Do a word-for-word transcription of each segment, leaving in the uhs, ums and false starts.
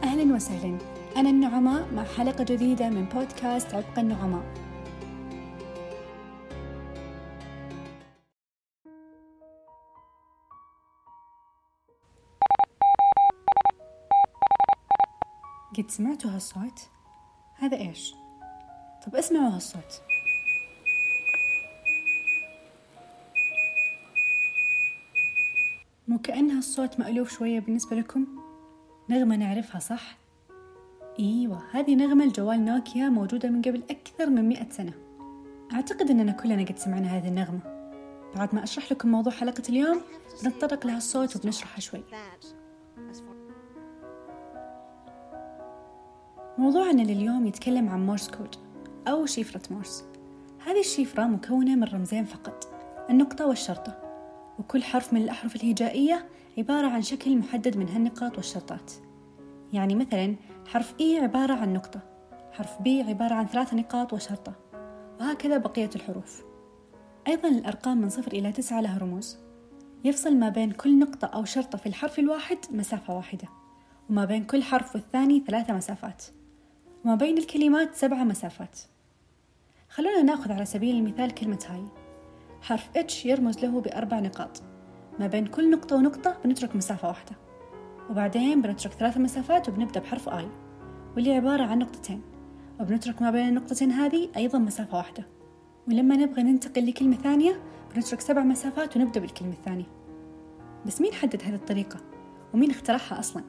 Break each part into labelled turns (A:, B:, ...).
A: أهلا وسهلا، أنا النعماء مع حلقة جديدة من بودكاست عبق النعماء. قد سمعتوا هالصوت؟ هذا إيش؟ طب اسمعوا هالصوت. مو كأن هالصوت مألوف شوية بالنسبة لكم؟ نغمة نعرفها صح؟ إيوة، هذه نغمة الجوال نوكيا، موجودة من قبل أكثر من مئة سنة. أعتقد أننا كلنا قد سمعنا هذه النغمة. بعد ما أشرح لكم موضوع حلقة اليوم بنتطرق لها الصوت وبنشرحها شوي. موضوعنا لليوم يتكلم عن مورس كود أو شفرة مورس. هذه الشفرة مكونة من رمزين فقط، النقطة والشرطة، وكل حرف من الأحرف الهجائية عبارة عن شكل محدد من هالنقاط والشرطات. يعني مثلا حرف إي عبارة عن نقطة، حرف بي عبارة عن ثلاث نقاط وشرطة، وهكذا بقية الحروف. أيضا الأرقام من صفر إلى تسعة لها رموز. يفصل ما بين كل نقطة أو شرطة في الحرف الواحد مسافة واحدة، وما بين كل حرف والثاني ثلاثة مسافات، وما بين الكلمات سبعة مسافات. خلونا نأخذ على سبيل المثال كلمة هاي. حرف اتش يرمز له بأربع نقاط، ما بين كل نقطة ونقطة بنترك مسافة واحدة، وبعدين بنترك ثلاثة مسافات وبنبدأ بحرف آي واللي عبارة عن نقطتين، وبنترك ما بين النقطتين هذه أيضا مسافة واحدة. ولما نبغى ننتقل لكلمة ثانية بنترك سبع مسافات ونبدأ بالكلمة الثانية. بس مين حدد هذه الطريقة؟ ومين اخترعها أصلا؟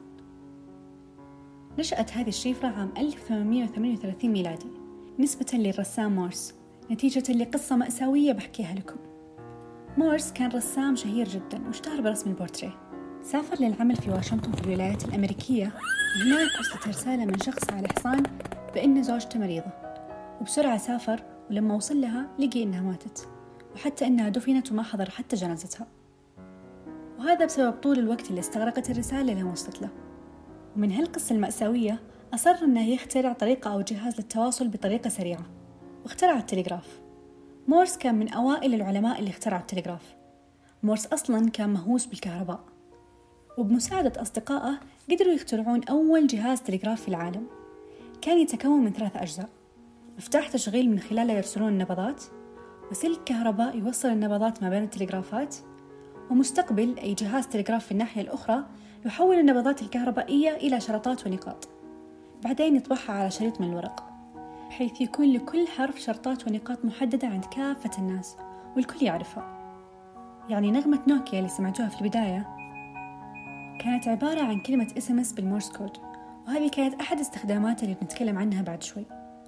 A: نشأت هذه الشفرة عام ألف وثمانمئة وثمانية وثلاثين ميلادي نسبة للرسام مورس، نتيجة لقصة مأساوية بحكيها لكم. مورس كان رسام شهير جدا واشتهر برسم البورتريه. سافر للعمل في واشنطن في الولايات الأمريكية، وهناك وصلت رسالة من شخص على حصان بأن زوجته مريضة، وبسرعة سافر، ولما وصل لها لقي إنها ماتت، وحتى إنها دفنت وما حضر حتى جنازتها، وهذا بسبب طول الوقت اللي استغرقت الرسالة لين وصلت له. ومن هالقصة المأساوية أصر إنه يخترع طريقة أو جهاز للتواصل بطريقة سريعة، واخترع التلغراف. مورس كان من أوائل العلماء اللي اخترعوا التلغراف. مورس أصلاً كان مهووس بالكهرباء، وبمساعدة أصدقائه قدروا يخترعون أول جهاز تلغراف في العالم. كان يتكون من ثلاث أجزاء: مفتاح تشغيل من خلاله يرسلون النبضات، وسلك كهرباء يوصل النبضات ما بين التلغرافات، ومستقبل أي جهاز تلغراف في الناحية الأخرى يحول النبضات الكهربائية إلى شرطات ونقاط، بعدين يطبعها على شريط من الورق، بحيث يكون لكل حرف شرطات ونقاط محددة عند كافة الناس والكل يعرفها. يعني نغمة نوكيا اللي سمعتوها في البداية كانت عبارة عن كلمة إس إم إس بالمورس كود، وهذه كانت أحد استخداماتها اللي بنتكلم عنها بعد شوي.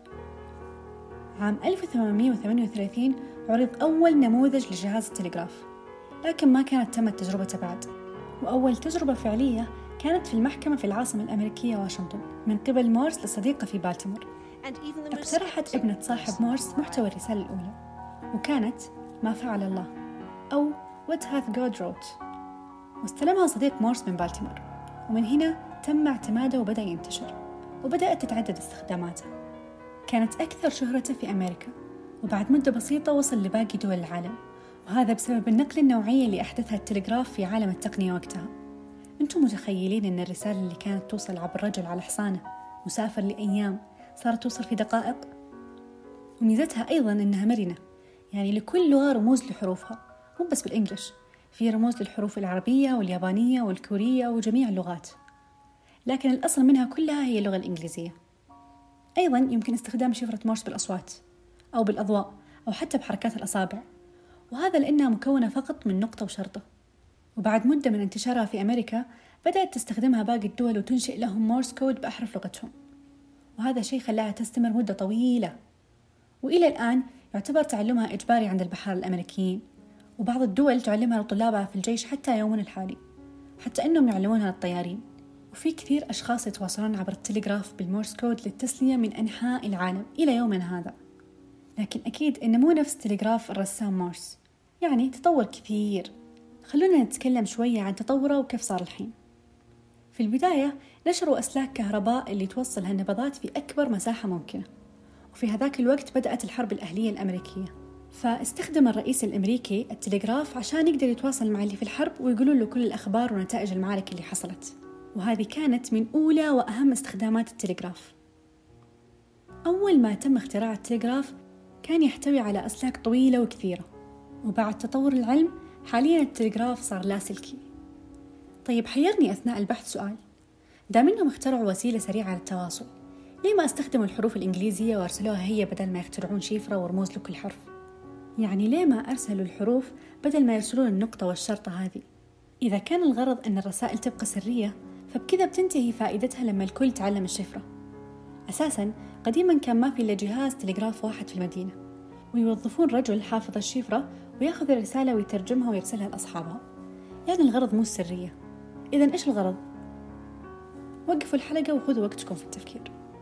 A: عام ألف وثمانمئة وثمانية وثلاثين عرض أول نموذج لجهاز التلغراف، لكن ما كانت تمت تجربته بعد، وأول تجربة فعلية كانت في المحكمة في العاصمة الأمريكية واشنطن من قبل مورس لصديقة في بالتيمور. اقترحت ابنة صاحب مورس محتوى الرسالة الأولى، وكانت ما فعل الله أو What hath God wrote، واستلمها صديق مورس من بالتيمور، ومن هنا تم اعتماده وبدأ ينتشر، وبدأت تتعدد استخداماته. كانت أكثر شهرته في أمريكا، وبعد مدة بسيطة وصل لباقي دول العالم، وهذا بسبب النقلة النوعية اللي أحدثها التلغراف في عالم التقنية وقتها. أنتم متخيلين أن الرسالة اللي كانت توصل عبر رجل على حصانه مسافر لأيام صارت توصل في دقائق؟ وميزتها أيضاً أنها مرنة، يعني لكل لغة رموز لحروفها، مو بس بالإنجليش، في رموز للحروف العربية واليابانية والكورية وجميع اللغات، لكن الأصل منها كلها هي اللغة الإنجليزية. أيضاً يمكن استخدام شفرة مورس بالأصوات أو بالأضواء أو حتى بحركات الأصابع، وهذا لأنها مكونة فقط من نقطة وشرطة. وبعد مدة من انتشارها في أمريكا بدأت تستخدمها باقي الدول وتنشئ لهم مورس كود بأحرف لغتهم، وهذا شيء خلاها تستمر مدة طويلة، وإلى الآن يعتبر تعلمها إجباري عند البحار الأمريكيين، وبعض الدول تعلمها لطلابها في الجيش حتى يومنا الحالي، حتى أنهم يعلمونها للطيارين. وفي كثير أشخاص يتواصلون عبر التلغراف بالمورس كود للتسلية من أنحاء العالم إلى يومنا هذا. لكن أكيد إنه مو نفس تلغراف الرسام مورس، يعني تطور كثير. خلونا نتكلم شوية عن تطوره وكيف صار الحين. في البداية نشروا أسلاك كهرباء اللي توصل هالنبضات في أكبر مساحة ممكنة، وفي هذاك الوقت بدأت الحرب الأهلية الأمريكية، فاستخدم الرئيس الأمريكي التلغراف عشان يقدر يتواصل مع اللي في الحرب ويقولوا له كل الأخبار ونتائج المعارك اللي حصلت. وهذه كانت من أولى وأهم استخدامات التلغراف. أول ما تم اختراع التلغراف كان يحتوي على أسلاك طويلة وكثيرة، وبعد تطور العلم حاليا التلغراف صار لاسلكي. طيب حيرني أثناء البحث سؤال، دام إنهم اخترعوا وسيلة سريعة للتواصل، ليه ما استخدموا الحروف الإنجليزية وأرسلوها هي بدل ما يخترعون شفرة ورموز لكل حرف؟ يعني ليه ما أرسلوا الحروف بدل ما يرسلون النقطة والشرطة هذه؟ إذا كان الغرض أن الرسائل تبقى سرية، فبكذا بتنتهي فائدتها لما الكل تعلم الشفرة. أساساً قديماً كان ما في إلا جهاز تلغراف واحد في المدينة، ويوظفون رجل حافظ الشفرة ويأخذ الرسالة ويترجمها ويرسلها لأصحابها. يعني الغرض مو السرية. إذن إيش الغرض؟ وقفوا الحلقة وخذوا وقتكم في التفكير.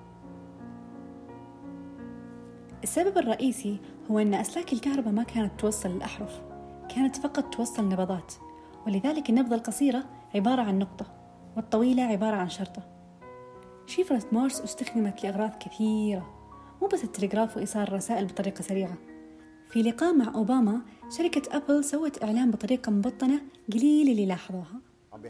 A: السبب الرئيسي هو أن أسلاك الكهرباء ما كانت توصل للأحرف، كانت فقط توصل نبضات، ولذلك النبضة القصيرة عبارة عن نقطة والطويلة عبارة عن شرطة. شفرة مورس استخدمت لأغراض كثيرة، مو بس التلغراف وإيصال الرسائل بطريقة سريعة. في لقاء مع أوباما شركة أبل سوت إعلان بطريقة مبطنة قليل اللي لاحظوها،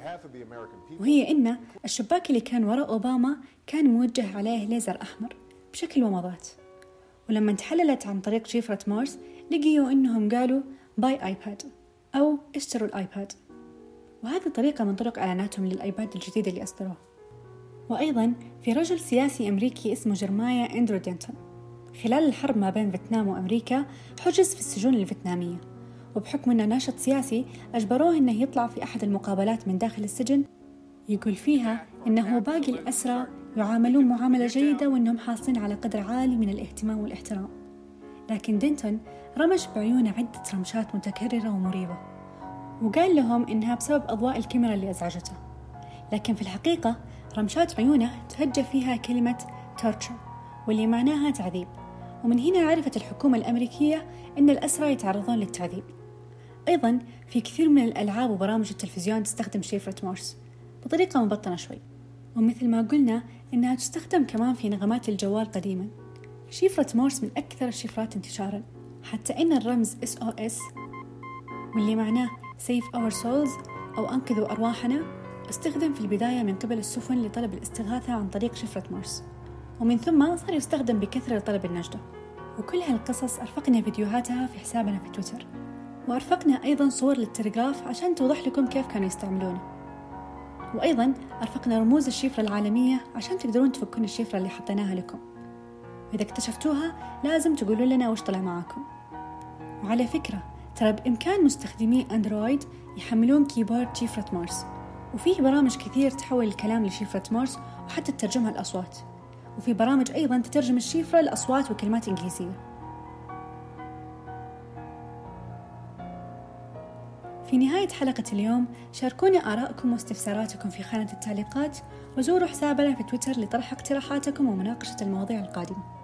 A: وهي إن الشباك اللي كان وراء أوباما كان موجه عليه ليزر أحمر بشكل ومضات، ولما تحللت عن طريق شفرة مورس لقيوا إنهم قالوا باي آيباد أو اشتروا الآيباد، وهذه طريقة من طرق إعلاناتهم للآيباد الجديد اللي أصدروه. وأيضاً في رجل سياسي أمريكي اسمه جيرمايا أندرو دينتون، خلال الحرب ما بين فيتنام وأمريكا حجز في السجون الفيتنامية، وبحكم أنه ناشط سياسي أجبروه أنه يطلع في أحد المقابلات من داخل السجن يقول فيها أنه باقي الأسرى يعاملون معاملة جيدة وأنهم حاصلين على قدر عالي من الاهتمام والاحترام. لكن دينتون رمش بعيونه عدة رمشات متكررة ومريبة، وقال لهم إنها بسبب أضواء الكاميرا اللي أزعجته، لكن في الحقيقة رمشات عيونه تهجى فيها كلمة torture واللي معناها تعذيب، ومن هنا عرفت الحكومة الأمريكية أن الأسرى يتعرضون للتعذيب. أيضاً في كثير من الألعاب وبرامج التلفزيون تستخدم شفرة مورس بطريقة مبطنة شوي، ومثل ما قلنا إنها تستخدم كمان في نغمات الجوال قديماً. شفرة مورس من أكثر الشفرات انتشاراً، حتى إن الرمز إس أو إس واللي معناه Save Our Souls أو أنقذوا أرواحنا استخدم في البداية من قبل السفن لطلب الاستغاثة عن طريق شفرة مورس، ومن ثم صار يستخدم بكثرة لطلب النجدة. وكل هالقصص أرفقنا فيديوهاتها في حسابنا في تويتر، وأرفقنا أيضاً صور للتلغراف عشان توضح لكم كيف كانوا يستعملونه، وأيضاً أرفقنا رموز الشفرة العالمية عشان تقدرون تفكون الشفرة اللي حطيناها لكم. إذا اكتشفتوها لازم تقولوا لنا وش طلع معاكم. وعلى فكرة ترى بإمكان مستخدمي أندرويد يحملون كيبورد شفرة مورس، وفيه برامج كثير تحول الكلام لشفرة مورس وحتى تترجمها الأصوات، وفي برامج أيضاً تترجم الشفرة لأصوات وكلمات إنجليزية. في نهاية حلقة اليوم شاركونا آراءكم واستفساراتكم في خانة التعليقات، وزوروا حسابنا في تويتر لطرح اقتراحاتكم ومناقشة المواضيع القادمة.